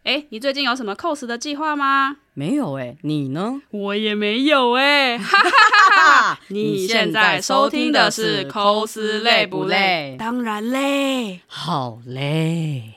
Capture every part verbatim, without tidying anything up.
哎，你最近有什么 cos 的计划吗？ 没有哎、欸，你呢？ 我也没有哎、欸，哈哈哈哈！你现在收听的是 cos 累不累？当然累， 好累。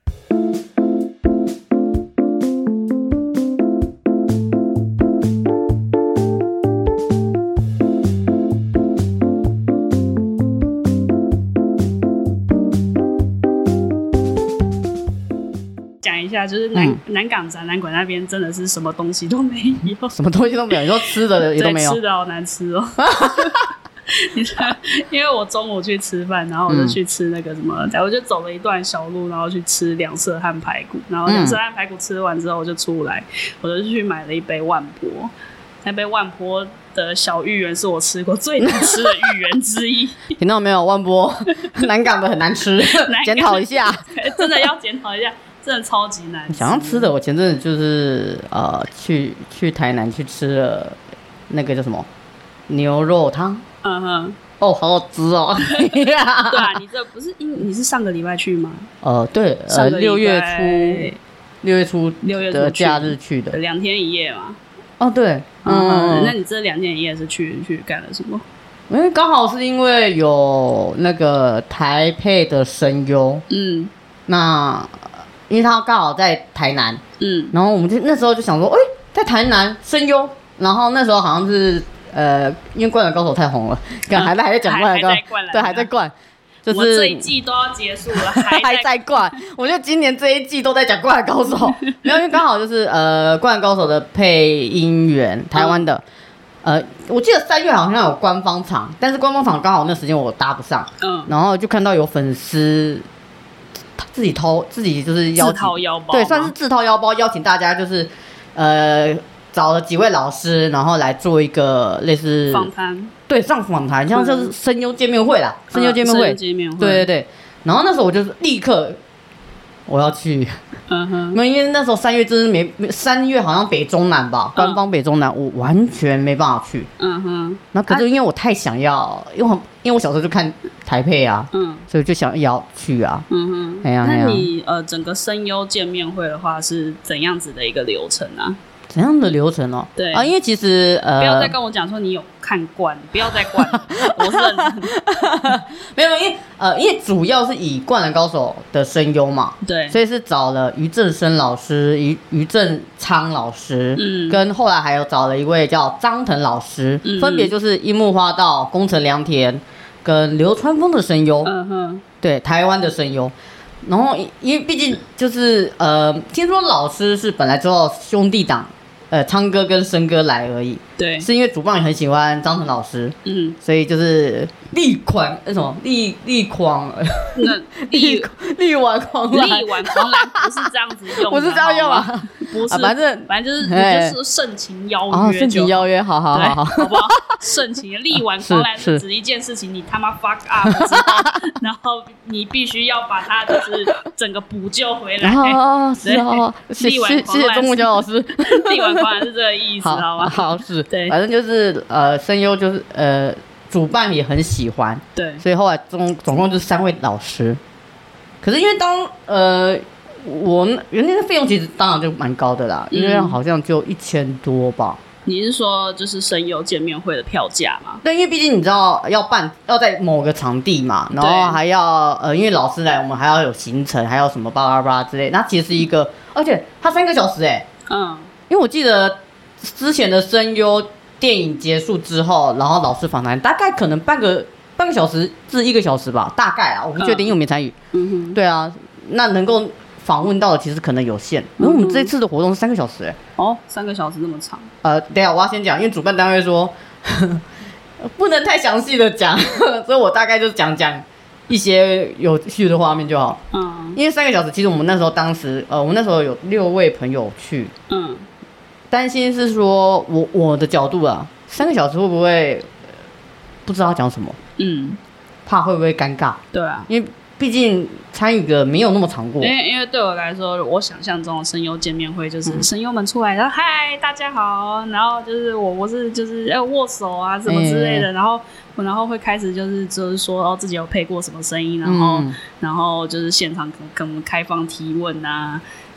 就是南、嗯、南港展览馆那边真的是什么东西都没有， 什么东西都没有，你说吃的也都没有， 吃的好难吃哦。你知道，因为我中午去吃饭，然后我就去吃那个什么，嗯、我就走了一段小路，然后去吃两色汉排骨，然后两色汉排骨吃完之后，我就出来，我就去买了一杯万波，那杯万波的小芋圆是我吃过最难吃的芋圆之一。 听到没有？万波南港的很难吃，检讨一下， 真的要检讨一下。真的超级难吃。 想要吃的，我前阵子就是呃去去台南去吃了那个叫什么牛肉汤。嗯哼。哦，好好吃哦。 对啊，你这不是你是上个礼拜去吗？ 呃，对，呃，六月初，六月初六月的假日去的， 两天一夜嘛。 哦，对， 嗯，那你这两天一夜是去去干了什么？ 因为刚好是因为有那个台配的声优，嗯，那。因为他刚好在台南，嗯，然后我们就那时候就想说，哎、欸，在台南声优，然后那时候好像是呃，因为《灌篮高手》太红了，刚、啊、还在还在讲《灌篮高手》，对，还在灌，就是我这一季都要结束了，还在还在灌。我觉得今年这一季都在讲《灌篮高手》，没有，因为刚好就是呃，《灌篮高手》的配音员，台湾的，嗯、呃，我记得三月好像有官方场，但是官方场刚好那时间我搭不上，嗯，然后就看到有粉丝。自己掏自己就是邀自掏腰包， 对，算是自掏腰包邀请大家，就是呃找了几位老师，然后来做一个类似访谈， 对，上访谈，像就是声优见面会啦，声优见面会， 见面会， 对对对。然后那时候我就是立刻我要去，嗯哼，因为那时候三月真是没三月好像北中南吧，官方北中南，我完全没办法去，嗯哼。那可是因为我太想要，因为我因为我小时候就看台配啊，嗯，所以就想要去啊，嗯哼。哎呀， 那你呃整个声优见面会的话是怎样子的一个流程啊？ 怎样的流程哦？ 对啊，因为其实呃， 不要再跟我讲说你有看惯，不要再惯了，我是认真的。 没有，因为呃，因为主要是以《灌篮高手》的声优嘛， 对， 所以是找了于正生老师、于于正昌老师，嗯，跟后来还有找了一位叫张腾老师，嗯、分别就是樱木花道、宫城良田跟流川枫的声优，嗯哼，对，台湾的声优。然后因为毕竟就是呃，听说老师是本来知道兄弟档。呃，昌哥跟生哥来而已， 对， 是因为主办也很喜欢张腾老师，嗯，所以就是力狂那什么力力狂， 那力力挽狂澜， 力挽狂澜不是这样子用的， 不是这样用啊， 不是， 啊、反正反正就是你就是盛情邀约， 哦，盛情邀约，好好好好， 好不好？盛情力挽狂澜是指一件事情，你他妈 fuck up 之后，然后你必须要把它就是整个补救回来， 哦，是哦，谢谢谢谢钟木娇老师， 力挽狂澜是这个意思，好吧？ 好是， 对， 反正就是呃，声优就是呃，主办也很喜欢， 对， 所以后来总总共就是三位老师。可是因为当呃我人家的费用其实当然就蛮高的啦，嗯、因为好像就一千多吧。 你是说就是声优见面会的票价吗？ 对，因为毕竟你知道要办要在某个场地嘛，然后还要呃，因为老师来，我们还要有行程，还有什么巴拉巴拉之类。那其实是一个，而且它三个小时哎、欸，嗯，因为我记得之前的声优电影结束之后，然后老师访谈大概可能半个半个小时至一个小时吧，大概啊，我不确定，因为我没参与。嗯哼，对啊，那能够访问到的其实可能有限，因为我们这次的活动是三个小时哎、欸。 哦，三个小时那么长。 呃，等一下我要先讲，因为主办单位说呵呵不能太详细的讲，所以我大概就讲讲一些有趣的画面就好。嗯，因为三个小时，其实我们那时候当时呃，我们那时候有六位朋友去，嗯，担心是说我我的角度啊，三个小时会不会、呃、不知道讲什么？嗯，怕会不会尴尬？ 对啊， 因为。毕竟参与的没有那么长过， 因为因为对我来说，我想象中的声优见面会就是声优们出来，然后嗨大家好，然后就是我我是就是要握手啊什么之类的，欸、然后然后会开始就是就是说哦自己有配过什么声音，然后、嗯、然后就是现场可能开放提问啊。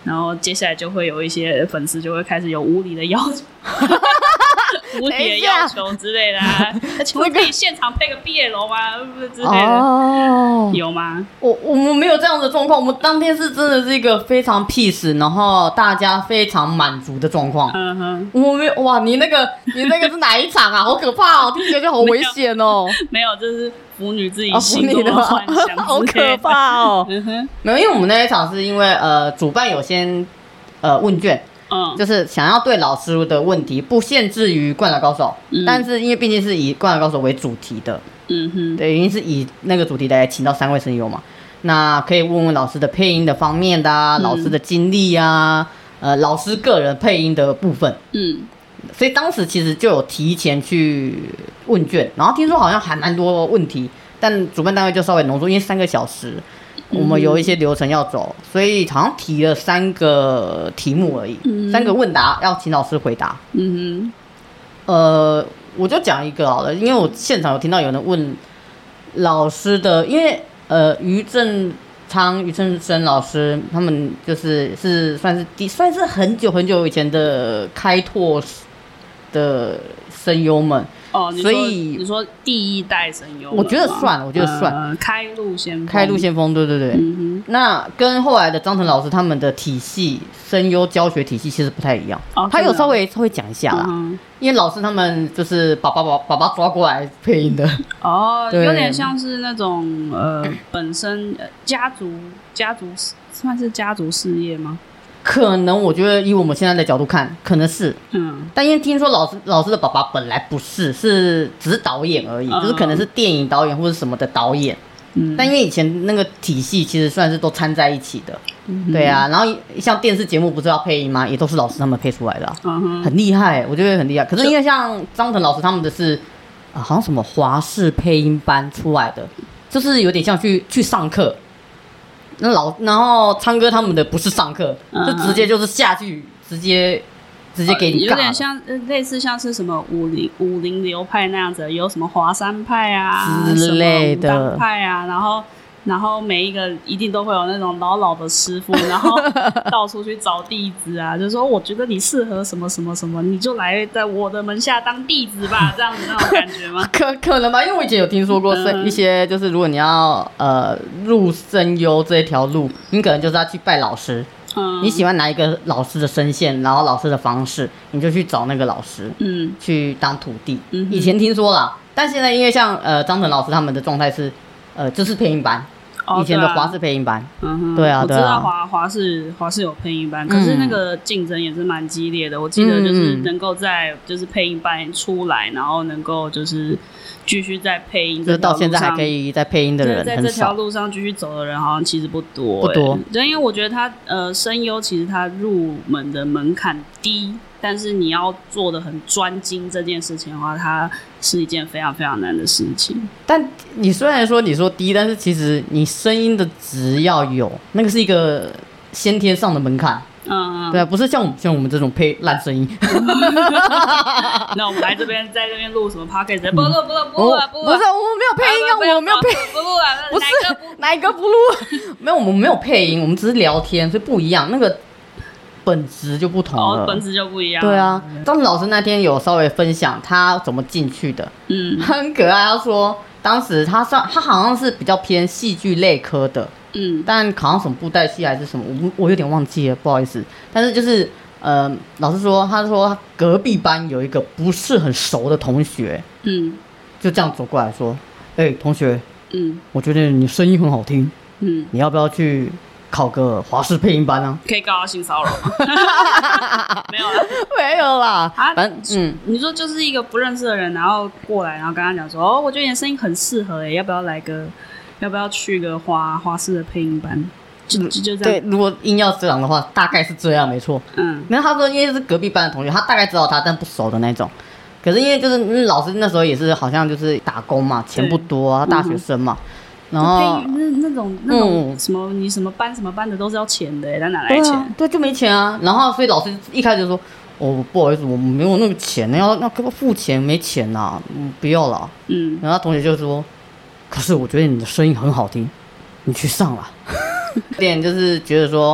然后接下来就会有一些粉丝就会开始有无理的要求。无理的要求之类的、啊，请问可以现场配个 B L 吗？之类的，哦、有吗？ 我我们没有这样的状况，我们当天是真的是一个非常 peace， 然后大家非常满足的状况。嗯哼，我没有哇，你那个你那个是哪一场啊？好可怕哦，听起来就好危险哦。 没有，这是腐女自己心中的幻想、哦， 好可怕哦。嗯哼，没有，因为我们那一场是因为呃主办有先呃问卷。嗯，就是想要对老师的问题不限制于灌篮高手、嗯、但是因为毕竟是以灌篮高手为主题的，嗯哼，对，因为是以那个主题来请到三位声优嘛，那可以问问老师的配音的方面的啊、嗯、老师的经历啊，呃，老师个人配音的部分，嗯，所以当时其实就有提前去问卷，然后听说好像还蛮多问题，但主办单位就稍微浓缩，因为三个小时。我们有一些流程要走，所以好像提了三个题目而已，嗯、三个问答要请老师回答。嗯哼，呃，我就讲一个好了，因为我现场有听到有人问老师的，因为呃，于正昌、于正生老师他们就是是算是第算是很久很久以前的开拓的声优们。 哦，所以你说第一代声优， 我觉得算，我觉得算， 呃、开路先锋， 开路先锋，对对对。嗯、那跟后来的张腾老师他们的体系，声优教学体系其实不太一样。哦、他有稍微稍微讲一下啦、嗯，因为老师他们就是把爸爸爸爸抓过来配音的。 哦，有点像是那种呃，本身家族家族算是家族事业吗？ 可能我觉得以我们现在的角度看，可能是，嗯，但因为听说老师老师的爸爸本来不是，是只是导演而已，嗯、就是可能是电影导演或者什么的导演，嗯，但因为以前那个体系其实算是都掺在一起的，嗯、对啊，然后像电视节目不是要配音吗？也都是老师他们配出来的、啊，嗯、很厉害，我觉得很厉害。可是因为像张腾老师他们的是，啊、好像什么华视配音班出来的，就是有点像去去上课。那老然后昌哥他们的不是上课，嗯、就直接就是下去，直接直接给你尬、 呃、有点像类似像是什么武林武林流派那样子，有什么华山派啊之类的，什么武当派啊，然后然后每一个一定都会有那种老老的师傅，然后到处去找弟子啊，就说我觉得你适合什么什么什么，你就来在我的门下当弟子吧，这样子那种感觉吗？ 可可能吧，因为我以前有听说过一些，就是如果你要呃入声优这一条路，你可能就是要去拜老师。嗯，你喜欢哪一个老师的声线，然后老师的方式，你就去找那个老师，嗯，去当徒弟。嗯，以前听说啦，但现在因为像呃张腾老师他们的状态是，呃，就是配音班。以前的华视配音班，嗯哼，对啊， 我知道华华视华视有配音班，可是那个竞争也是蛮激烈的。我记得就是能够在就是配音班出来，然后能够就是继续在配音， 就是到现在还可以在配音的人很少， 在这条路上继续走的人好像其实不多， 不多。 就因为我觉得他呃声优其实他入门的门槛低。但是你要做的很专精这件事情的话，它是一件非常非常难的事情。 但你虽然说你说低，但是其实你声音的值要有，那个是一个先天上的门槛。嗯，对啊，不是像我们像我们这种配烂声音。 那我们来这边在这边录什么 podcast？ 不录不录不录了，不录。 不是，我们没有配音啊，我们没有配， 不录了。 不是哪一个不录？没有，我们没有配音，我们只是聊天，所以不一样。那个。本质就不同了， 哦、本质就不一样。 对啊，张腾老师那天有稍微分享他怎么进去的，嗯，很可爱。他说当时他上他好像是比较偏戏剧类科的，嗯，但好像什么布袋戏还是什么，我我有点忘记了，不好意思。但是就是呃，老师说，他说他隔壁班有一个不是很熟的同学，嗯，就这样走过来说，哎、欸，同学，嗯，我觉得你声音很好听，嗯，你要不要去？考个华视配音班啊， 可以告他性骚扰吗？没有啦， 没有啦。 啊，反正嗯，你说就是一个不认识的人，然后过来，然后跟他讲说，哦，我觉得你的声音很适合，哎，要不要来个，要不要去个华华视的配音班？就就就这样。 对，如果硬要这样的话，大概是这样，没错。嗯，然后他说，因为是隔壁班的同学，他大概知道他，但不熟的那种。可是因为就是、嗯、老师那时候也是好像就是打工嘛，钱不多啊，大学生嘛。嗯然后那那种那种什么、嗯、你什么班什么班的都是要钱的，但哪来钱？ 对、啊？对，就没钱啊。然后所以老师一开始就说：“哦，不好意思，我没有那个钱，要要给我付钱，没钱呐、啊，嗯，不要了。”嗯，然后同学就说：“可是我觉得你的声音很好听，你去上啦。”有点就是觉得说，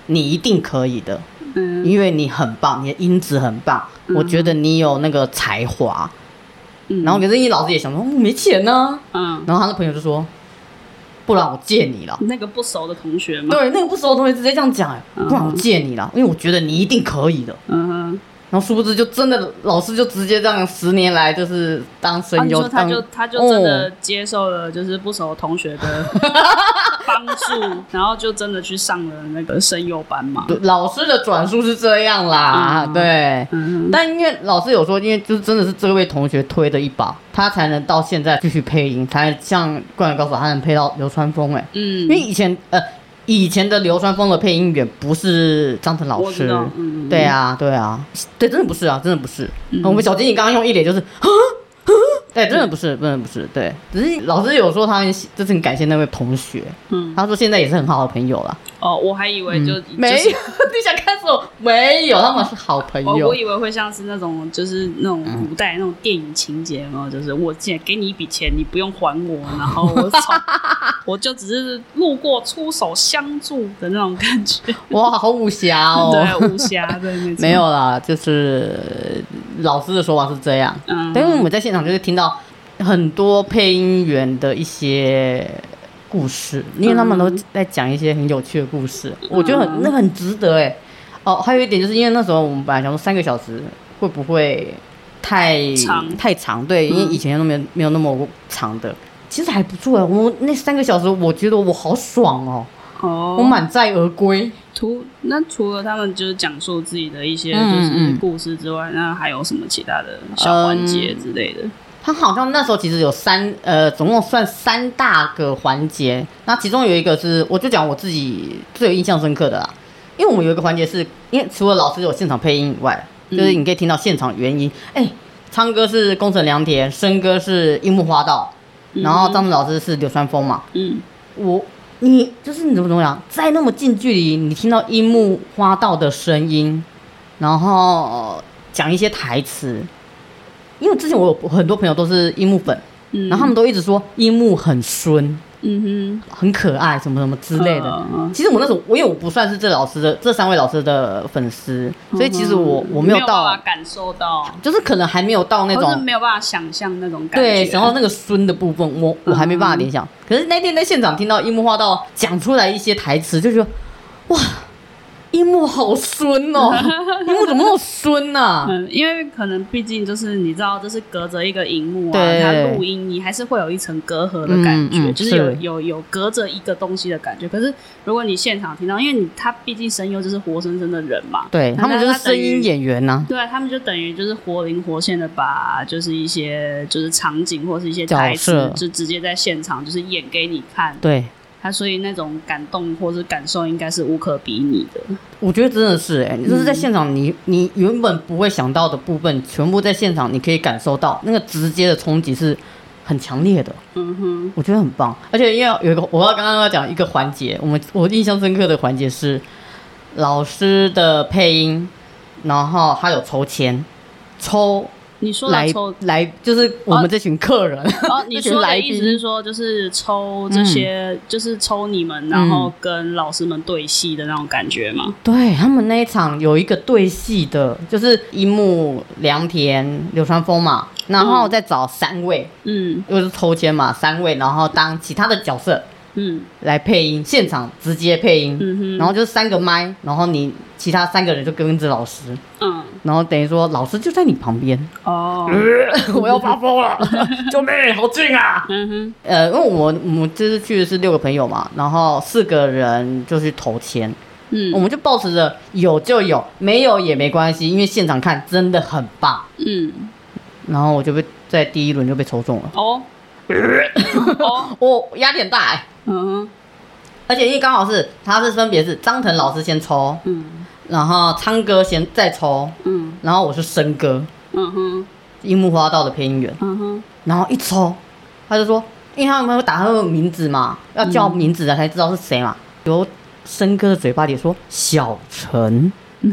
你一定可以的，嗯，因为你很棒，你的音质很棒，嗯、我觉得你有那个才华。嗯、然后可是你老师也想说，我没钱呢、啊，嗯，然后他的朋友就说，不然我借你了。 那个不熟的同学吗？ 对，那个不熟的同学直接这样讲，哎、嗯，不然我借你了，因为我觉得你一定可以的。嗯哼。然后殊不知就真的老师就直接这样十年来就是当声优、啊、 他就他就真的接受了就是不熟同学的帮助然后就真的去上了那个声优班嘛。 老师的转述是这样啦、嗯、对、嗯、但因为老师有说因为就是真的是这位同学推的一把他才能到现在继续配音，才像灌篮高手他能配到流川枫哎、欸，嗯，因为以前呃以前的流川枫的配音员不是张腾老师，嗯、对啊，对啊，对，真的不是啊，真的不是。嗯、我们小金你刚刚用一脸就是，啊啊，对，真的不是，真的不是，对，只是老师有说他很，就是很感谢那位同学，嗯，他说现在也是很好的朋友啦。 哦，我还以为就、嗯、 没有，你想看什么？没有，他们是好朋友。 我, 我以为会像是那种，就是那种古代那种电影情节嘛，就是我既给你一笔钱，你不用还我，然后我我就只是路过出手相助的那种感觉。 哇，好武侠哦！ 对，武侠对那种。 没有啦，就是老师的说法是这样。嗯，但因为我们在现场就是听到很多配音员的一些故事，因为他们都在讲一些很有趣的故事，嗯、我觉得很那个很值得哎。哦，还有一点就是因为那时候我们本来想说三个小时会不会太长太长，对，因为以前都没有没有那么长的，其实还不错哎。我那三个小时，我觉得我好爽哦，哦，我满载而归。 除那除了他们就是讲述自己的一些就是故事之外，嗯嗯那还有什么其他的小环节之类的？嗯他好像那时候其实有三呃，总共算三大个环节。那其中有一个是，我就讲我自己最有印象深刻的啦。因为我们有一个环节是，因为除了老师有现场配音以外，嗯、就是你可以听到现场原音。哎、欸，唱歌是宫城良田，声歌是樱木花道，嗯、然后张震老师是流川枫嘛。嗯，我你就是你怎么怎么讲，在那么近距离，你听到樱木花道的声音，然后讲一些台词。因为之前我有很多朋友都是樱木粉，嗯、然后他们都一直说樱木很孙，嗯哼，很可爱，什么什么之类的。嗯、其实我那时候，我因为我不算是这老师的这三位老师的粉丝，嗯、所以其实我我没有到没有办法感受到， 就是可能还没有到那种， 或是没有办法想象那种感觉。 对，想到那个孙的部分，我我还没办法联想。嗯、可是那天在现场听到樱木花道讲出来一些台词，就觉得哇。樱木好孙哦，樱木怎么那么孙啊？ 嗯，因为可能毕竟就是你知道，这是隔着一个荧幕啊，它录音你还是会有一层隔阂的感觉，嗯嗯、就是有有有隔着一个东西的感觉。可是如果你现场听到，因为你他毕竟声优就是活生生的人嘛， 对他们就是声音演员呐、啊， 对啊，他们就等于就是活灵活现的把就是一些就是场景或是一些台词，就直接在现场就是演给你看， 对。 他所以那种感动或是感受应该是无可比拟的。 我觉得真的是哎、欸，就是在现场你，你你原本不会想到的部分，全部在现场你可以感受到，那个直接的冲击是很强烈的。嗯哼，我觉得很棒。而且因为有一个，我要刚刚要讲一个环节，我们我印象深刻的环节是老师的配音，然后他有抽签，抽。 你说的抽来就是我们这群客人哦，你说的意思是说就是抽这些，嗯、就是抽你们，然后跟老师们对戏的那种感觉吗？ 对，他们那一场有一个对戏的，就是樱木、良田、流川枫嘛，然后再找三位，嗯，又是抽签嘛，三位，然后当其他的角色。嗯，来配音，现场直接配音，嗯哼，然后就是三个麦，然后你其他三个人就跟着老师，嗯，然后等于说老师就在你旁边，哦，呃、我要发疯了，救命，好近啊，嗯哼，呃，因为我我们这次去的是六个朋友嘛，然后四个人就去投签，嗯，我们就抱持着有就有，没有也没关系，因为现场看真的很棒，嗯，然后我就被在第一轮就被抽中了，哦，哦，我压力很大哎、欸。嗯，而且因为刚好是他是分别是张腾老师先抽，嗯，然后昌哥先再抽，嗯，然后我是生哥，嗯哼，樱木花道的配音员，嗯哼，然后一抽，他就说，因为他们会打他的名字嘛，要叫名字的才知道是谁嘛，由生哥的嘴巴里说小陈。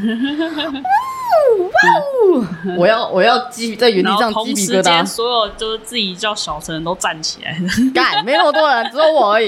哇哦！我要我要鸡在原地上鸡皮疙瘩。 所有就是自己叫小陈都站起来了， 干没那么多人，只有我而已。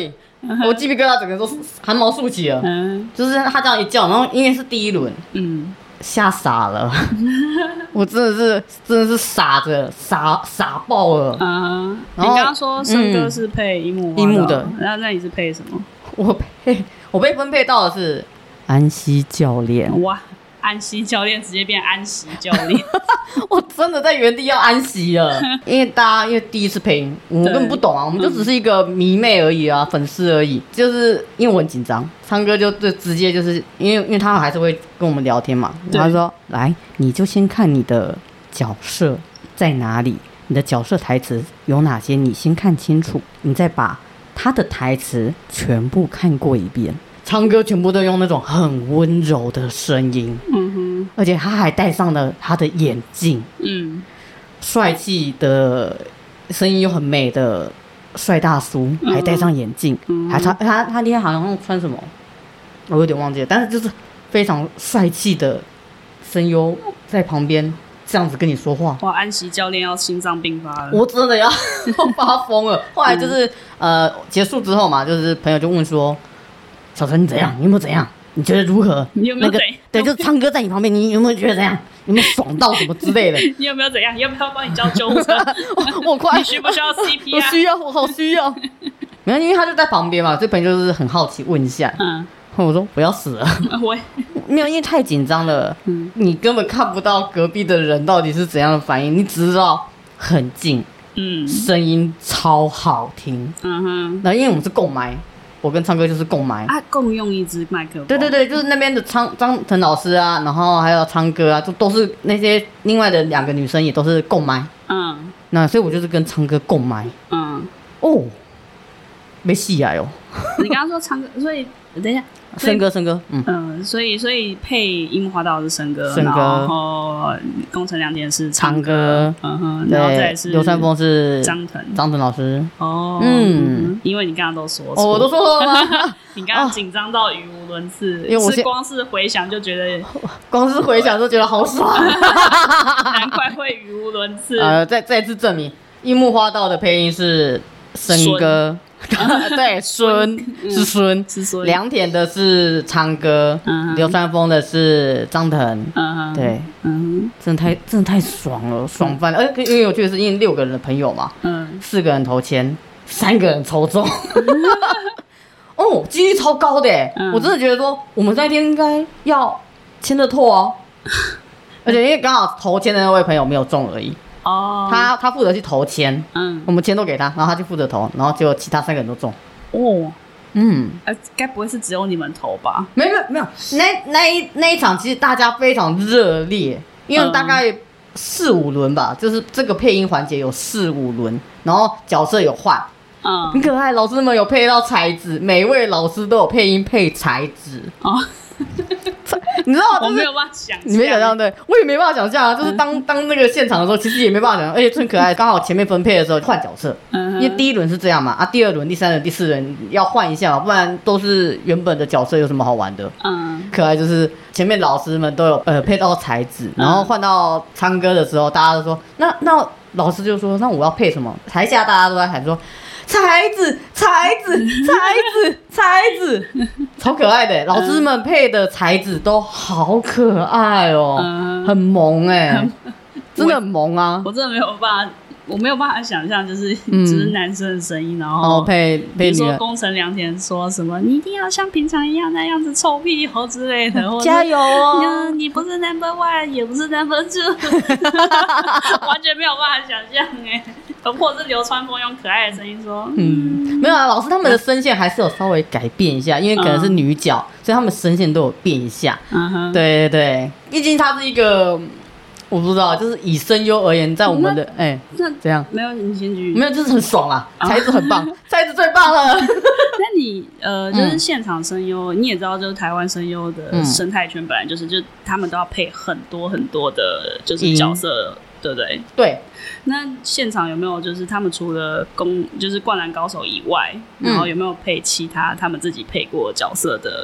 我鸡皮疙瘩整个都汗毛竖起了。嗯，就是他这样一叫，然后因为是第一轮，嗯，吓傻了，我真的是真的是傻着傻傻爆了。嗯， 你刚刚说生哥是配樱木樱木的， 那那你是配什么？ 我配我被分配到的是安西教练。 哇！安西教练直接变安息教练， 我真的在原地要安息了。因为大家因为第一次配音，我们根本不懂啊，我们就只是一个迷妹而已啊，嗯、粉丝而已。就是因为我很紧张，昌哥就就直接就是因为因为他还是会跟我们聊天嘛，他说：“来，你就先看你的角色在哪里，你的角色台词有哪些，你先看清楚，你再把他的台词全部看过一遍。”唱歌全部都用那种很温柔的声音，嗯哼，而且他还戴上了他的眼镜，嗯，帅气的声音又很美的帅大叔，还戴上眼镜，嗯、还他他他那天好像穿什么，我有点忘记了，但是就是非常帅气的声优在旁边这样子跟你说话。 哇，安息教练要心脏病发了， 我真的要发疯了。后来就是、嗯、呃结束之后嘛，就是朋友就问说。小陈，你怎样？你有没有怎样？你觉得如何？ 你有没有怎样？ 那个、对，就是唱歌在你旁边，你有没有觉得怎样？有没有爽到什么之类的？ 你有没有怎样？要不要帮你叫救护车？ 我, 我快， 你需不需要 C P R？ 我需要，我好需要。没有，因为他就在旁边嘛，这朋友就是很好奇问一下。嗯，我说不要死了。 我没有，因为太紧张了，嗯，你根本看不到隔壁的人到底是怎样的反应，你只知道很近，嗯，声音超好听，嗯哼。那因为我们是共麦。我跟唱歌就是共麦啊，共用一支麦克风。 对对对，就是那边的张张腾老师啊，然后还有唱歌啊，就都是那些另外的两个女生也都是共麦。嗯，那所以我就是跟唱歌共麦。嗯，哦，没戏啊哟！ 你刚刚说唱歌，所以等一下， 生哥生哥， 嗯嗯，所以所以配樱木花道是生哥， 生哥， 然后宫城良田是唱歌， 嗯哼，然后再来是流川枫是张腾， 张腾老师。 哦，嗯，因为你刚刚都说错， 哦，我都说错了吗？ 你刚刚紧张到语无伦次，因为我是光是回想就觉得， 光是回想就觉得好爽， 难怪会语无伦次。 呃，再再次证明，樱木花道的配音是生哥。对，孙是孙，是孙。良田的是昌哥，嗯、流川枫的是张腾，嗯、对，嗯、真的太真的太爽了，爽翻了！而且因为有趣的是，因为六个人的朋友嘛，嗯，四个人投签，三个人抽中，哦，几率超高的、嗯、我真的觉得说，我们那天应该要签的透哦，而且因为刚好投签的那位朋友没有中而已。哦，他他负责去投签，嗯，我们签都给他，然后他就负责投，然后结果其他三个人都中。哦，嗯， 呃，该不会是只有你们投吧？ 没有没有，那那一那一场其实大家非常热烈，因为大概四五轮吧，就是这个配音环节有四五轮，然后角色有换，嗯，很可爱，老师们有配到才子，每一位老师都有配音配才子。哦。你知道、就是、 我没有办法想象， 你没想象对，我也没办法想象啊。就是当当那个现场的时候，其实也没办法想象，而且很可爱。刚好前面分配的时候换角色，嗯、因为第一轮是这样嘛，啊，第二轮、第三轮、第四轮要换一下嘛，不然都是原本的角色，有什么好玩的？嗯，可爱就是前面老师们都有呃配到才子，然后换到唱歌的时候，大家都说那那老师就说那我要配什么？台下大家都在喊说。才子，才子，才子，才子，超可爱的！老师们配的才子都好可爱哦，嗯、很萌哎、欸，真的很萌啊！ 我真的没有办法，我没有办法想象，就是、嗯、就是男生的声音，然后、 哦、配配比如说宫城良田说什么，你一定要像平常一样那样子臭屁猴之类的，或者加油哦！ 你不是 number one， 也不是 number two， 完全没有办法想象哎、欸。或者是流川枫用可爱的声音说， 嗯，没有啊，老师他们的声线还是有稍微改变一下，因为可能是女角，嗯、所以他们声线都有变一下。嗯哼，对对对，毕竟它是一个，我不知道，就是以声优而言，在我们的哎，那、欸、怎样？ 没有，你先举， 没有，就是很爽啦，才子很棒，才子最棒了。 那你呃，就是现场声优，嗯、你也知道，就是台湾声优的生态圈本来就是，就他们都要配很多很多的，就是角色。对不对？ 对。 那现场有没有就是他们除了公就是灌篮高手以外，然后有没有配其他他们自己配过角色的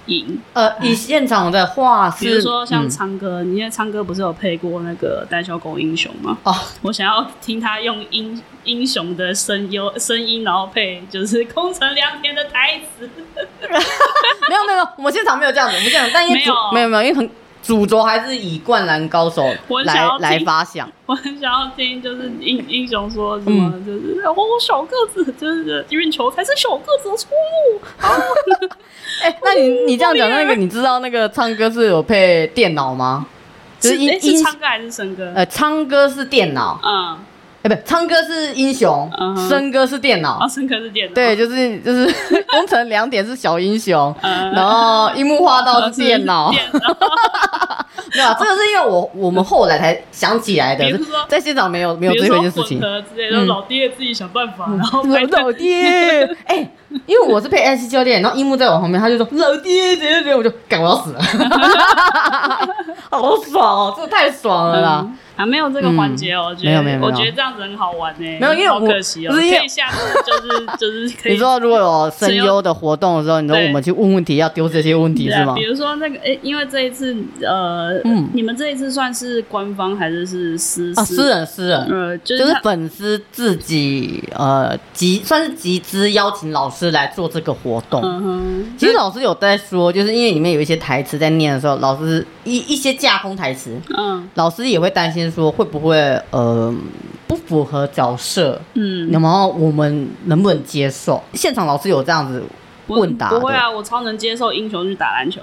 赢。 呃，以现场的话是， 比如说像昌哥，嗯、因为昌哥不是有配过那个胆小狗英雄吗？哦，我想要听他用英英雄的声优声音，然后配就是空城良田的台词。 没有没有，我们现场没有这样子，我们现场但因为没有没有没有，因为很。主轴还是以灌篮高手来来发想， 我很想要听，就是英英雄说什么，就是、嗯、哦，小个子就是运球才是小个子的错误。 哎、欸，那你你这样讲，那个你知道那个昌哥是有配电脑吗？ 就是是, 是昌哥还是生哥？ 呃，昌哥是电脑，嗯。哎、欸，不，昌哥是英雄，生、uh-huh. 哥是电脑。 哦，生哥是电脑。 对，就是就是工程两点是小英雄， uh-huh. 然后樱木花道是电脑。电脑没有，这个是因为我我们后来才想起来的，在现场没有没有这件事情。 之类的，老爹自己想办法，嗯、然后老爹，哎、欸，因为我是配安西教练，然后樱木在我旁边，他就说老爹怎样怎样，我就干我要死了，好爽哦，这个太爽了啦。嗯啊，没有这个环节哦，我觉得没有没有，我觉得这样子很好玩呢。没有，因为好可惜哦，可以下次就是就是可以。 你说如果有声优的活动的时候，你说我们去问问题，要丢这些问题是吗？ 比如说那个，哎，因为这一次呃，嗯，你们这一次算是官方还是是私啊私人私人？ 呃， 就是、就是粉丝自己呃集算是集资邀请老师来做这个活动。嗯哼，其实老师有在说，就是因为里面有一些台词在念的时候，老师一一些架空台词，嗯，老师也会担心。说会不会呃不符合角色？嗯，然后我们能不能接受？现场老师有这样子问答的？ 不会啊，我超能接受英雄去打篮球。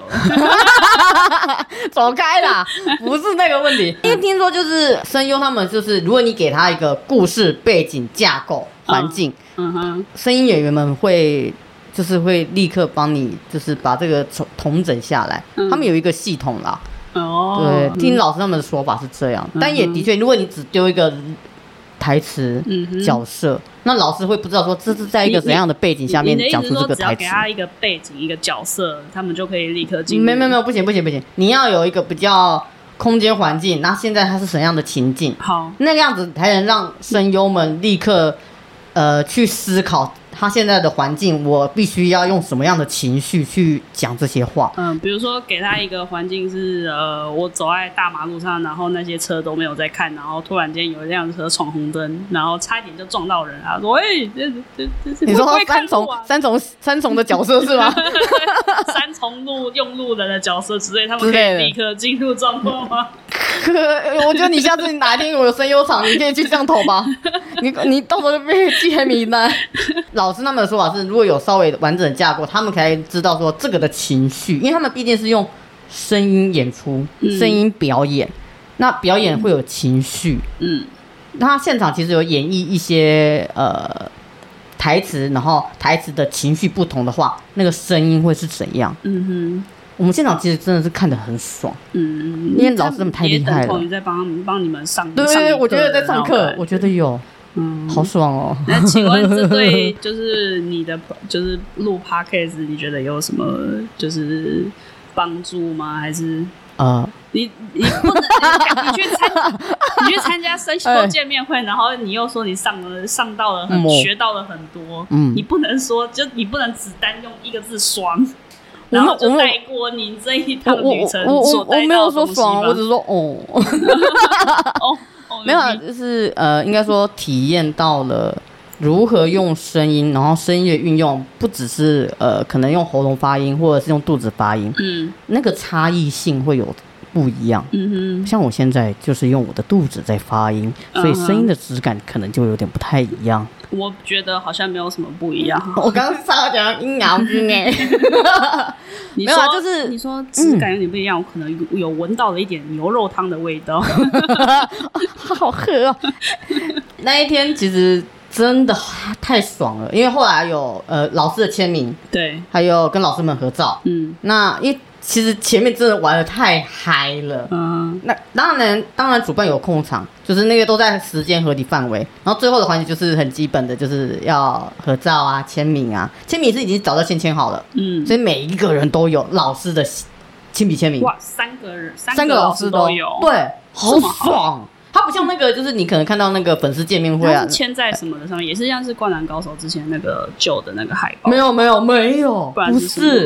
走开啦，不是那个问题。因为听说就是声优他们就是，如果你给他一个故事背景架构环境，嗯哼，声音演员们会。就是会立刻帮你，就是把这个统整下来、嗯。他们有一个系统啦。哦，对，听老师他们的说法是这样，嗯、但也的确，如果你只丢一个台词、嗯、角色，那老师会不知道说这是在一个怎样的背景下面讲出这个台词。 只要给他一个背景、一个角色，他们就可以立刻进入。 没没没有，不行不行不行，你要有一个比较空间环境，那现在它是什么样的情境？好，那个样子才能让声优们立刻呃去思考。他现在的环境，我必须要用什么样的情绪去讲这些话？ 嗯，比如说给他一个环境是，呃，我走在大马路上，然后那些车都没有在看，然后突然间有一辆车闯红灯，然后差一点就撞到人啊！说，哎、欸，这这这是你说三重三重三重的角色是吗？ 三重路用路人的角色之类，他们可以立刻进入状况吗？ 我觉得你下次哪天我有声优场，你可以去这样投吧。你你到时候就被记黑名单。老师他们的说法是，如果有稍微完整的架构，他们可以知道说这个的情绪，因为他们毕竟是用声音演出、嗯、声音表演，那表演会有情绪。嗯，那他现场其实有演绎一些呃台词，然后台词的情绪不同的话，那个声音会是怎样？嗯哼。我们现场其实真的是看得很爽，嗯，因为老师们太厉害了。 也在帮帮你们上， 对对对，我觉得在上课，我觉得有，嗯，好爽哦。 那请问这对就是你的就是录 podcast， 你觉得有什么就是帮助吗？还是啊、呃，你你不能你, 你去参你去参加声优见面会、欸，然后你又说你上了上到了很、嗯、学到了很多，嗯，你不能说就你不能只单用一个字爽。然后就带过您这一趟旅程所带到的东西吧。我没有说爽， 我只是说哦，哦，哦没有啊，就是呃，应该说体验到了如何用声音，然后声音的运用不只是呃，可能用喉咙发音，或者是用肚子发音，嗯，那个差异性会有不一样。嗯哼，像我现在就是用我的肚子在发音，所以声音的质感可能就有点不太一样。 我觉得好像没有什么不一样。 我刚刚是稍微讲阴阳音哎， 没有啊，就是你说质感有点不一样，嗯、我可能有闻到了一点牛肉汤的味道， 好喝哦。那一天其实真的太爽了，因为后来有呃老师的签名， 对， 还有跟老师们合照，嗯，那因为。其实前面真的玩得太嗨了，嗯，那当然，当然主办有控场，就是那个都在时间合理范围。然后最后的环节就是很基本的，就是要合照啊、签名啊。签名是已经早就先签好了，嗯，所以每一个人都有老师的亲笔签名。 哇，三个人，三个老师都有，对，好爽。它不像那个，就是你可能看到那个粉丝见面会啊， 签在什么的上面，也是像是《灌篮高手》之前那个旧的那个海报。 没有，没有，没有，不是。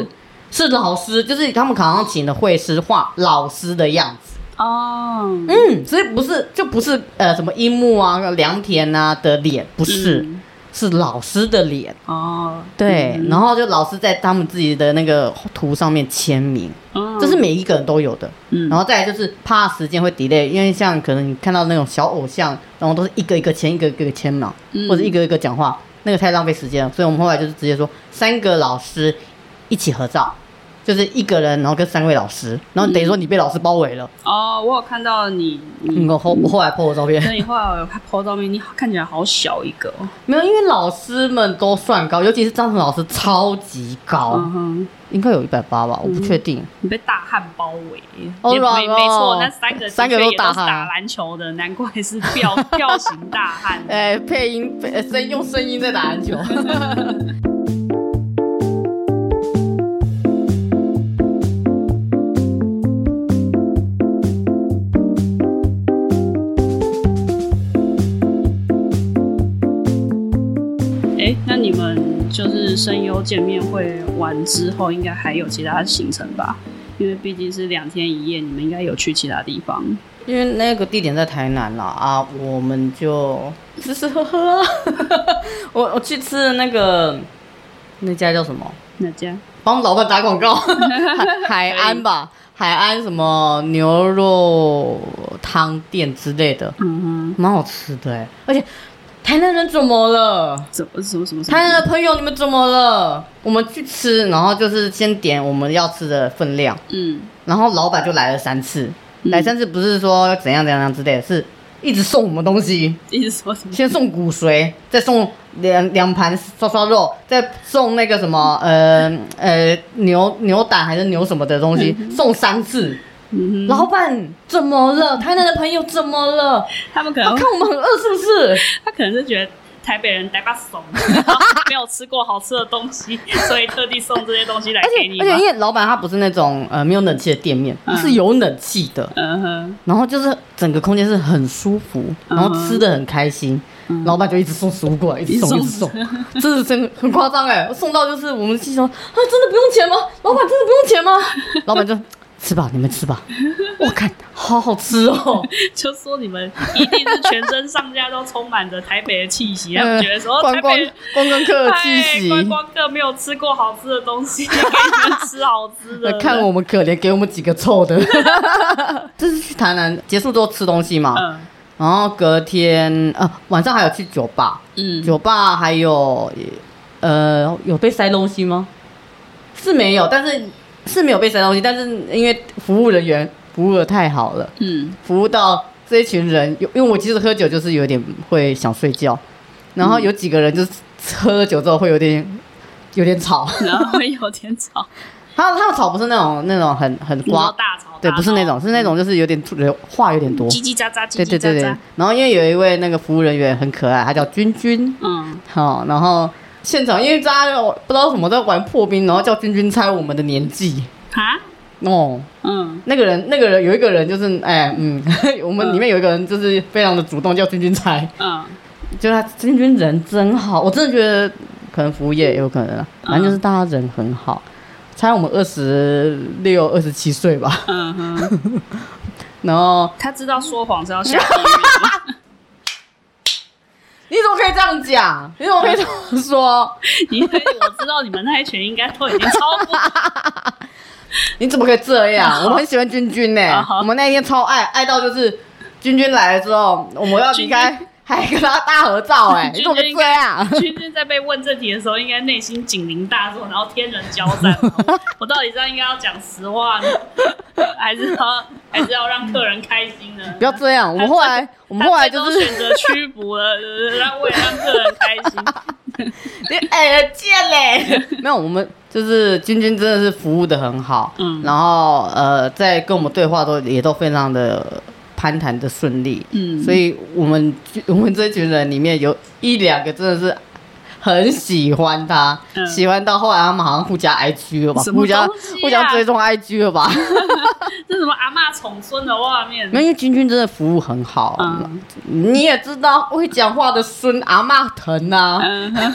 是老师，就是他们好像请的绘师画老师的样子。哦，嗯，所以不是就不是呃什么樱木啊、良田啊的脸，不是。嗯，是老师的脸哦，对、嗯，然后就老师在他们自己的那个图上面签名，哦，这是每一个人都有的。嗯，然后再来就是怕时间会 delay， 因为像可能你看到那种小偶像，然后都是一个一个签，一个一个签嘛，嗯，或者一个一个讲话，那个太浪费时间了，所以我们后来就是直接说三个老师一起合照。就是一个人，然后跟三位老师，然后等于说你被老师包围了。 嗯、哦，我有看到你，你我后我后来 po 的照片。 所以后来我有 po 照片，你看起来好小一个、哦。 没有，因为老师们都算高，尤其是张晨老师超级高，嗯哼，应该有一百八吧，我不确定。 你被大汉包围，哦，没没错，那三个三个都大汉， 打篮球的，难怪是彪彪形大汉。 哎、欸，配音声用声音在打篮球。 哎，那你们就是声优见面会完之后，应该还有其他行程吧？因为毕竟是两天一夜，你们应该有去其他地方。 因为那个地点在台南啦，啊，我们就吃吃喝喝啊。我我去吃的那个那家叫什么？ 哪家？ 帮老板打广告。海, 海安吧，海安什么牛肉汤店之类的，嗯哼，蛮好吃的哎，而且。台南人怎么了？ 怎么什么什么？ 台南的朋友，你们怎么了？我们去吃，然后就是先点我们要吃的分量，嗯，然后老板就来了三次，嗯、来三次不是说怎样怎样之类的，是一直送我们东西， 一直说什么？ 先送骨髓，再送两两盘刷刷肉，再送那个什么呃呃牛牛胆还是牛什么的东西，嗯、送三次。嗯、老板怎么了？台南的朋友怎么了？ 他们可能他看我们很饿，是不是？ 他可能是觉得台北人呆把怂，没有吃过好吃的东西，所以特地送这些东西来给你。 而且而且因为老板他不是那种呃没有冷气的店面，嗯、是有冷气的，嗯哼。然后就是整个空间是很舒服，然后吃的很开心。嗯、老板就一直送食物过来，一直送一直送，这是真的很夸张哎！送到就是我们心说啊，真的不用钱吗？老板真的不用钱吗？老板就。吃吧，你们吃吧。我看好好吃哦。 就说你们一定是全身上下都充满着台北的气息，他们觉得说观光观光客的气息， 观光客没有吃过好吃的东西，给你们吃好吃的。 看我们可怜，给我们几个臭的。这是去台南结束之后吃东西嘛？嗯。然后隔天呃晚上还有去酒吧，嗯，酒吧还有呃有被塞东西吗？是没有，但是。是没有被塞东西，但是因为服务人员服务的太好了，嗯，服务到这一群人，因为我其实喝酒就是有点会想睡觉，然后有几个人就是喝了酒之后会有点有点吵， 然后会有点吵。 他他的吵不是那种那种很很呱大吵， 对，不是那种，是那种就是有点话有点多， 叽叽喳喳， 对对对对。然后因为有一位那个服务人员很可爱，他叫君君，嗯，好，然后。现场因为大家不知道什么在玩破冰，然后叫君君猜我们的年纪啊， 哦，嗯，那个人那个人有一个人就是哎嗯，我们里面有一个人就是非常的主动叫君君猜，嗯，就他君君人真好，我真的觉得可能服务业也有可能啊，反正就是大家人很好，猜我们二十六二十七岁吧，嗯哼，然后他知道说谎是要下地狱的吗？ 你怎么可以这样讲？你怎么可以这么说？ 因为我知道你们那一群应该都已经超过。 你怎么可以这样？我们很喜欢君君呢、欸，我们那一天超爱，爱到就是君君来了之后，我们要离开，还跟他大合照哎、欸！你怎么可以这样？ 君君在被问这题的时候，应该内心警铃大作，然后天人交战。我到底这样应该要讲实话呢，还是要还是要让客人开心呢？ 不要这样，我们后来我们后来就是选择屈服了，让为了让客人开心。 你哎贱嘞！没有，我们就是君君真的是服务的很好，嗯，然后呃，在跟我们对话都也都非常的。攀谈的顺利，嗯，所以我们我们这群人里面有一两个真的是很喜欢他，嗯、喜欢到后来他们好像互加 I G 了吧， 啊、 互加互相追踪 I G 了吧？ 这什么阿嬷宠孙的画面？ 因为君君真的服务很好，嗯、你也知道会讲话的孙阿嬷疼啊，嗯、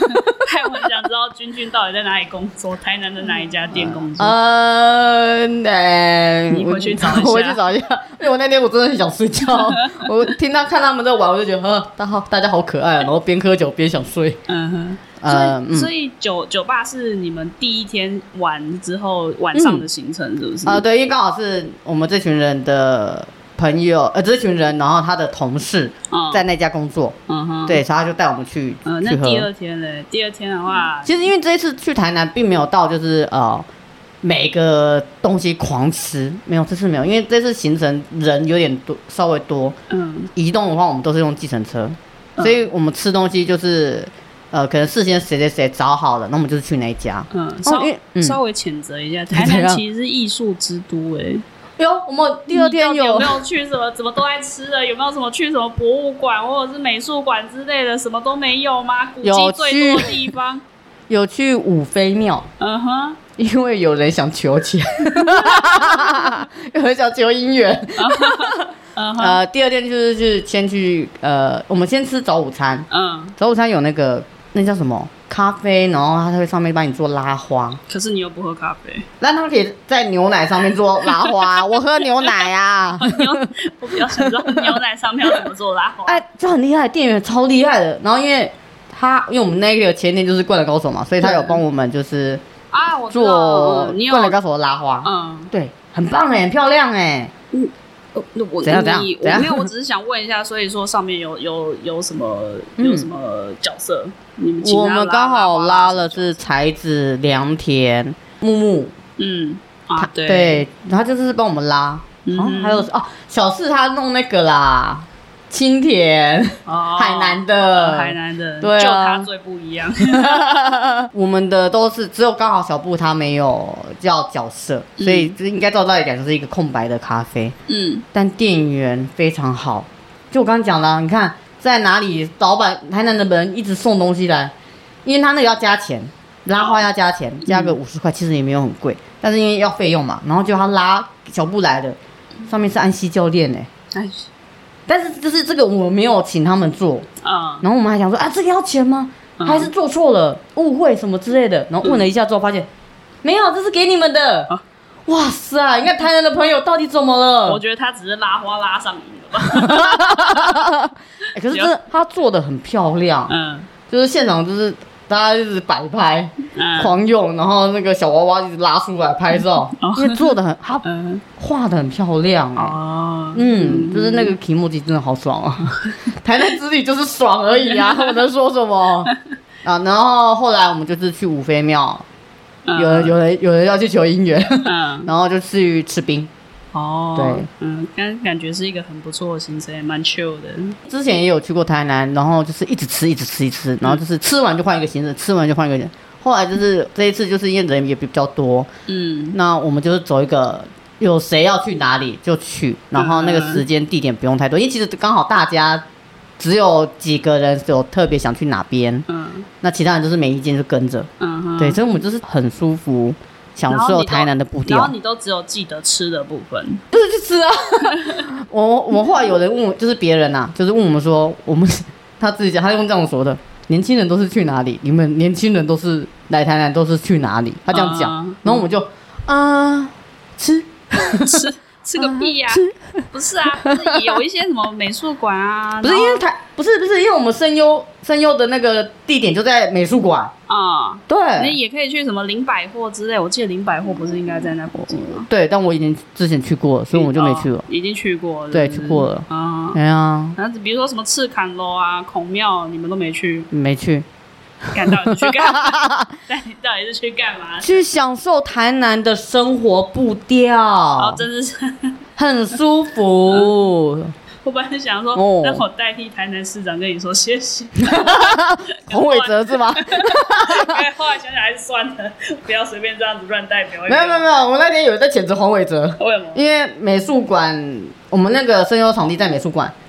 太我想知道君君到底在哪里工作，台南的哪一家店工作？ 呃，呃你回去找一下， 我回去找一下，因为我那天我真的很想睡觉，我听他看他们在玩，我就觉得，呃，大好大家好可爱、啊，然后边喝酒边想睡。 嗯哼。呃，所以，所以酒酒吧是你们第一天玩之后晚上的行程，是不是？啊、 嗯呃，对，因为刚好是我们这群人的朋友，呃，这群人，然后他的同事在那家工作，嗯哼，对，所以他就带我们去。 嗯、呃，那第二天嘞？第二天的话， 其实因为这一次去台南，并没有到就是呃每个东西狂吃，没有，这次没有，因为这次行程人有点多，稍微多，嗯，移动的话我们都是用计程车，所以我们吃东西就是。呃，可能事先谁谁谁找好了，那我们就是去那一家。嗯， 稍微、嗯、稍微谴责一下，台南其实是艺术之都哎、欸。 有，我们第二天有有没有去什么？怎么都爱吃的？有没有什么去什么博物馆或者是美术馆之类的？什么都没有吗？古迹最多的地方有去五妃庙。嗯哼，因为有人想求钱，有人想求姻缘。Uh huh. 呃，第二天就是是先去呃，我们先吃早午餐。嗯，早午餐有那个那叫什么咖啡，然后它会上面帮你做拉花。 可是你又不喝咖啡， 那它可以在牛奶上面做拉花。我喝牛奶啊。 牛，我比较想知道牛奶上面要怎么做拉花。 哎，这很厉害，店员超厉害的。然后因为他因为我们那个前店就是灌篮高手嘛，所以他有帮我们就是啊，我做灌篮高手的拉花。嗯，对，很棒哎，很漂亮哎。嗯。 我怎样怎样？ 我没有，我只是想问一下，所以说上面有有有什么有什么角色？嗯、你们我们刚好拉了是才子、良田、木木，嗯啊对对，他就是帮我们拉，嗯、啊还有哦小四他弄那个啦。青田、哦、海南的、 哦、海南的， 对啊， 就他最不一样。 我们的都是只有刚好小布他没有叫角色，嗯、所以这应该照道理讲就是一个空白的咖啡。嗯，但店员非常好，就我刚刚讲了，你看在哪里，老板台南的人一直送东西来，因为他那个要加钱，拉花要加钱，加个五十块，其实也没有很贵，但是因为要费用嘛，然后就他拉小布来的，上面是安西教练哎、欸。但是就是这个我们没有请他们做，嗯，然后我们还想说啊，这个要钱吗？嗯、还是做错了，误会什么之类的。然后问了一下之后，发现、嗯、没有，这是给你们的。啊、哇塞！你看台南的朋友到底怎么了？ 我觉得他只是拉花拉上瘾了吧。 欸、可是真的，他做的很漂亮，嗯，就是现场就是大家一直摆拍、嗯、狂用，然后那个小娃娃一直拉出来拍照，哦、因为做的很，他画的很漂亮、欸，哦，嗯，就是那个题目真的好爽啊！台南之旅就是爽而已啊，我能说什么啊？然后后来我们就是去五妃庙，嗯、有人有人有人要去求姻缘，嗯、然后就去吃冰。 哦，对，嗯，感感觉是一个很不错的行程，也蛮 chill 的。 之前也有去过台南，然后就是一直吃，一直吃，一直吃，然后就是吃完就换一个行程，吃完就换一个人。后来就是这一次就是因为人也比较多，嗯，那我们就是走一个有谁要去哪里就去，然后那个时间地点不用太多，因为其实刚好大家只有几个人有特别想去哪边，嗯，那其他人就是每一间就跟着，嗯哼，对，所以我们就是很舒服。享受台南的步调， 然后你都只有记得吃的部分， 就是去吃啊。我我们后来有人问我，就是别人啊，就是问我们说，我们他自己讲，他用这样说的：年轻人都是去哪里？你们年轻人都是来台南都是去哪里？他这样讲，uh, 然后我们就啊、呃、吃吃。吃个屁呀、啊！不是啊，不是有一些什么美术馆啊？ 不是因为台，不是不是因为我们声优声优的那个地点就在美术馆啊、嗯。对， 你也可以去什么林百货之类。我记得林百货不是应该在那附近吗？ 对，但我已经之前去过了，所以我就没去了。哦、 已经去过了， 对，去过了啊。对啊， 然后比如说什么赤坎楼啊、孔庙，你们都没去？ 没去。 干到底是去干嘛？到底是去干嘛？ 去享受台南的生活步调。 哦，真的是很舒服。嗯、 我本来想说，哦、让我代替台南市长跟你说谢谢。 洪伟哲是吗？ 后来想想还是算了，不要随便这样子乱代表。 没有没有没有，我们那天有在谴责洪伟哲。 为什么？ 因为美术馆，我们那个声优场地在美术馆，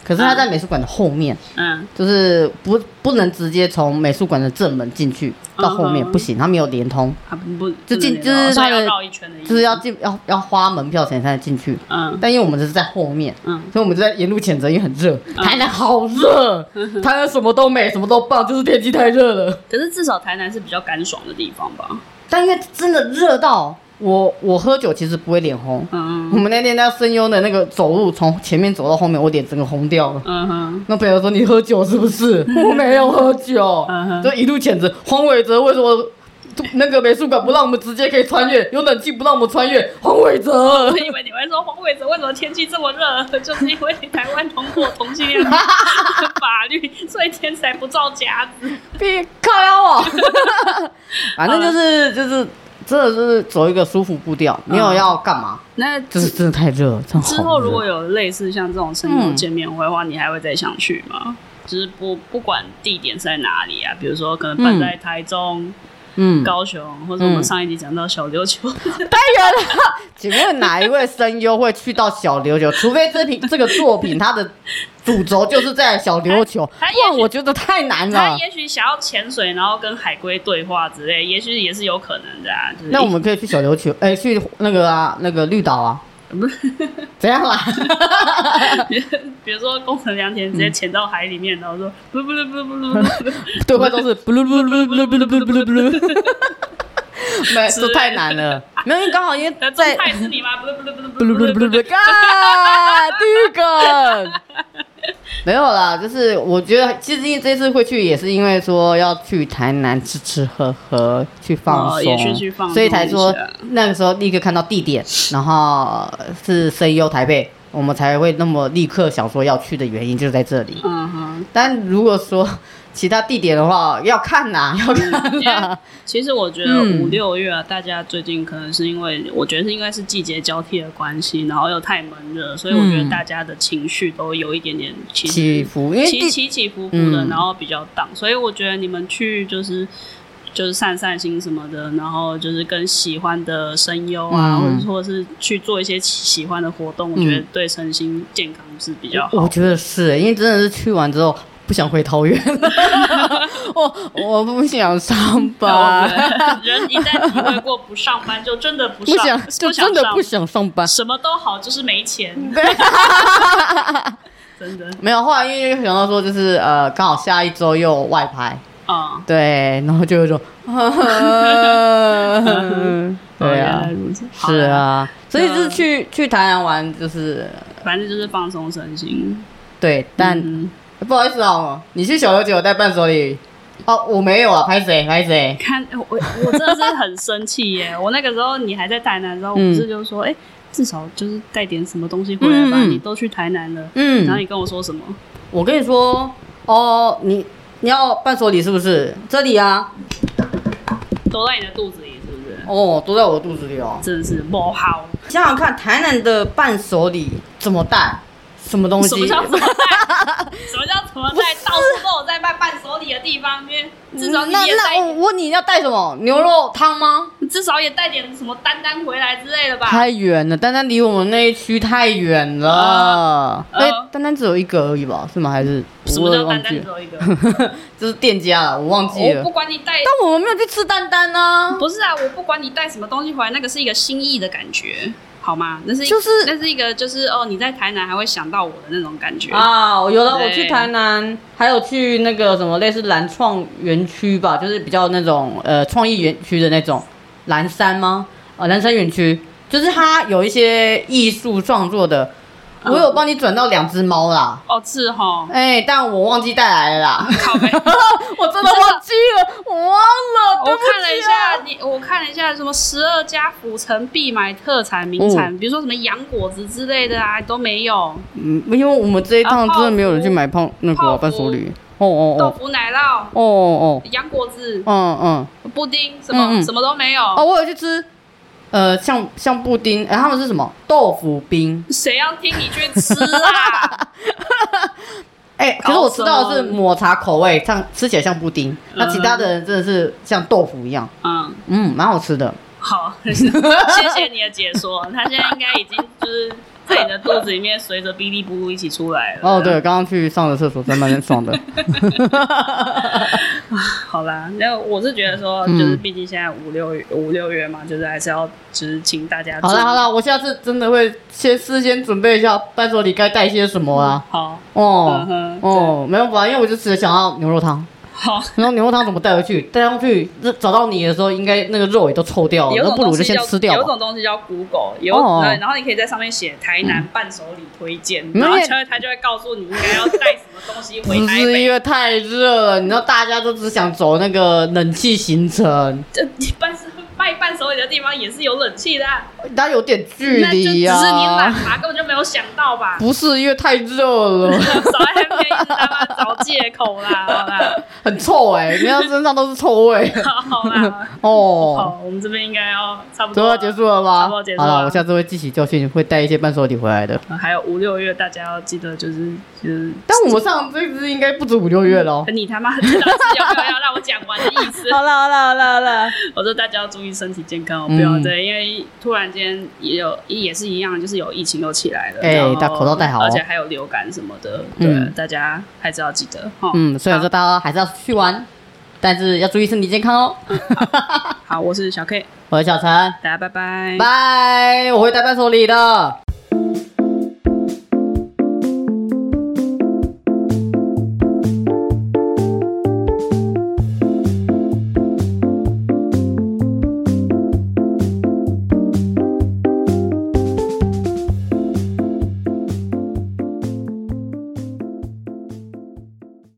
可是它在美术馆的后面，嗯，就是不不能直接从美术馆的正门进去到后面，不行，它没有连通， 它不就进就是它的， 绕一圈的意思， 就是要进要要花门票钱才能进去，嗯，但因为我们这是在后面，嗯，所以我们就在沿路谴责，因为很热，台南好热，台南什么都美，什么都棒，就是天气太热了。 可是至少台南是比较干爽的地方吧？ 但因为真的热到。我我喝酒其实不会脸红，嗯嗯，我们那天在声优的那个走路，从前面走到后面，我脸整个红掉了。嗯哼，那朋友说你喝酒是不是？我没有喝酒，嗯、就一路谴责黄伟哲为什么那个美术馆不让我们直接可以穿越，有冷气不让我们穿越。黄伟哲， 我以为你会说黄伟哲为什么天气这么热，就是因为台湾通过同性恋法律，所以天才不造夹子。 别靠腰我，反正就是就是。真的是走一个舒服步调，没有要干嘛。那就是真的太热了，真的好热。 之后如果有类似像这种声优见面会的话，嗯、你还会再想去吗？就是不不管地点是在哪里啊，比如说可能办在台中、嗯、高雄，或者我们上一集讲到小琉球，太远了。请问哪一位声优会去到小琉球？除非这品这个作品它的。主轴就是在小琉球，不然我觉得太难了。 他也许想要潜水，然后跟海龟对话之类，也许也是有可能的啊。就是、 那我们可以去小琉球，哎、欸，去那个啊，那个绿岛啊，不是怎样啦？ 比如说宫城良田直接潜到海里面，然后说不不不不不不， 对话都是不噜不噜不噜不噜不噜不噜不噜。没，这太难了。没有，因为刚好因为在太是你吗？不噜不噜不噜不噜不噜不噜不噜，啊，第一个。没有啦，就是我觉得其实因为这次会去也是因为说要去台南吃吃喝喝去放松、哦， 也去去放松， 所以才说那个时候立刻看到地点，然后是声优台北，我们才会那么立刻想说要去的原因就是在这里。嗯哼，但如果说其他地点的话，要看呐、啊，要看呐、啊。 其实我觉得五六月啊，大家最近可能是因为，我觉得是应该是季节交替的关系，然后又太闷热，所以我觉得大家的情绪都有一点点起起伏，因为起起起伏伏的，嗯、然后比较荡。所以我觉得你们去就是就是散散心什么的，然后就是跟喜欢的声优啊，嗯、或者或者是去做一些喜欢的活动，我觉得对身心健康是比较好。 我觉得是，因为真的是去完之后。不想回桃园我我不想上班。 人一旦体会过不上班，就真的不上， 不想就真的不想上班。 什么都好，就是没钱。真的没有。后来因为想到说，就是呃，刚好下一周又有外拍啊，嗯、对，然后就有一种，对啊，是啊，所以就是去去台南玩，就是反正就是放松身心。 对，但。嗯不好意思哦，你去小琉球带伴手礼哦？我没有啊，拍谁拍谁？ 看我我真的是很生气耶！我那个时候你还在台南的时候，嗯、我不是就说，哎、欸，至少就是带点什么东西回来吧。嗯、你都去台南了，嗯，然后你跟我说什么？ 我跟你说，哦，你你要伴手礼是不是？这里啊， 都在你的肚子里是不是？ 哦，都在我的肚子里哦， 真的是不好。 想想看，台南的伴手礼怎么带？什么东西？ 什么叫怎么带？什么叫怎么带？到处都有在卖伴手礼的地方，至少你也带。 那我问你要带什么？牛肉汤吗？ 你至少也带点什么丹丹回来之类的吧？ 太远了，丹丹离我们那一区太远了。哎、呃，丹丹只有一个而已吧？是吗？还是什么叫丹丹只有一个？ 就是店家了，我忘记了。 我不管你带， 但我们没有去吃丹丹呢。 不是啊，我不管你带什么东西回来，那个是一个心意的感觉。好吗？那是就是那是一个就是哦，你在台南还会想到我的那种感觉啊！有了，我去台南，还有去那个什么类似蓝创园区吧，就是比较那种呃创意园区的那种蓝山吗？啊，蓝山园区就是它有一些艺术创作的。我有帮你转到两只猫啦。 哦，是齁。 哎、欸，但我忘记带来了啦。靠北，我真的忘记了，我忘了。 我看了一下，你我看了一下，什么十二家府城必买特产名产，嗯、比如说什么洋果子之类的啊，都没有。 嗯，因为我们这一趟真的没有人去买胖那个伴手礼。哦哦哦。 豆腐奶酪。哦哦哦。 洋果子。 嗯嗯。 布丁什么、嗯嗯、什么都没有。 哦，我有去吃。呃，像像布丁，哎、欸，他们是什么豆腐冰？ 谁要听你去吃啊？ 哎、欸，可是我吃到的是抹茶口味，像吃起来像布丁，那、嗯、其他的人真的是像豆腐一样。嗯嗯，蛮好吃的。 好，谢谢你的解说。他现在应该已经就是在你的肚子里面随着哔哩咕噜一起出来了。 哦，对，刚刚去上了厕所，真蛮爽的。 好啦，那我是觉得说，就是毕竟现在五六五六月嘛，就是还是要就是请大家。 好啦好啦，我下次真的会先事先准备一下伴手礼该带些什么啦。 好哦、嗯、哦，没办法，因为我就只想要牛肉汤。好，然后牛肉汤怎么带回去？带上去，那找到你的时候，应该那个肉也都臭掉了，那不如就先吃掉吧。 有种东西叫 Google， 有、哦、然后你可以在上面写台南伴手礼推荐，嗯、然后他就会告诉你应该要带什么东西回台北。 不是因为太热了，你知道大家都只想走那个冷气行程。 这伴卖伴手礼的地方也是有冷气的、啊， 它有点距离啊。 只是你懒吧，根本就没有想到吧？ 不是因为太热了， 少在那边一直在那找借口啦，好啦。 很臭哎、欸，人家身上都是臭味。 好啦，哦，好，我们这边应该要差不多要结束了吧？ 差不多结束了。 好了，我下次会记起教训，会带一些伴手礼回来的。 嗯、还有五六月，大家要记得就是就是。 但我上这支应该不止五六月喽。 你他妈知道是有没有要让我讲完的意思？ 好了好了好了好了， 我说大家要注意身体健康，不要对，因为突然间也有也是一样，就是有疫情又起来了，哎、 欸，戴口罩戴好、哦， 而且还有流感什么的，对，嗯、大家还是要记得。 嗯，虽然说大家还是要去玩。但是要注意身体健康哦。 好，我是小 K， 我是小陈， 大家拜拜， 拜，我会带伴手礼的。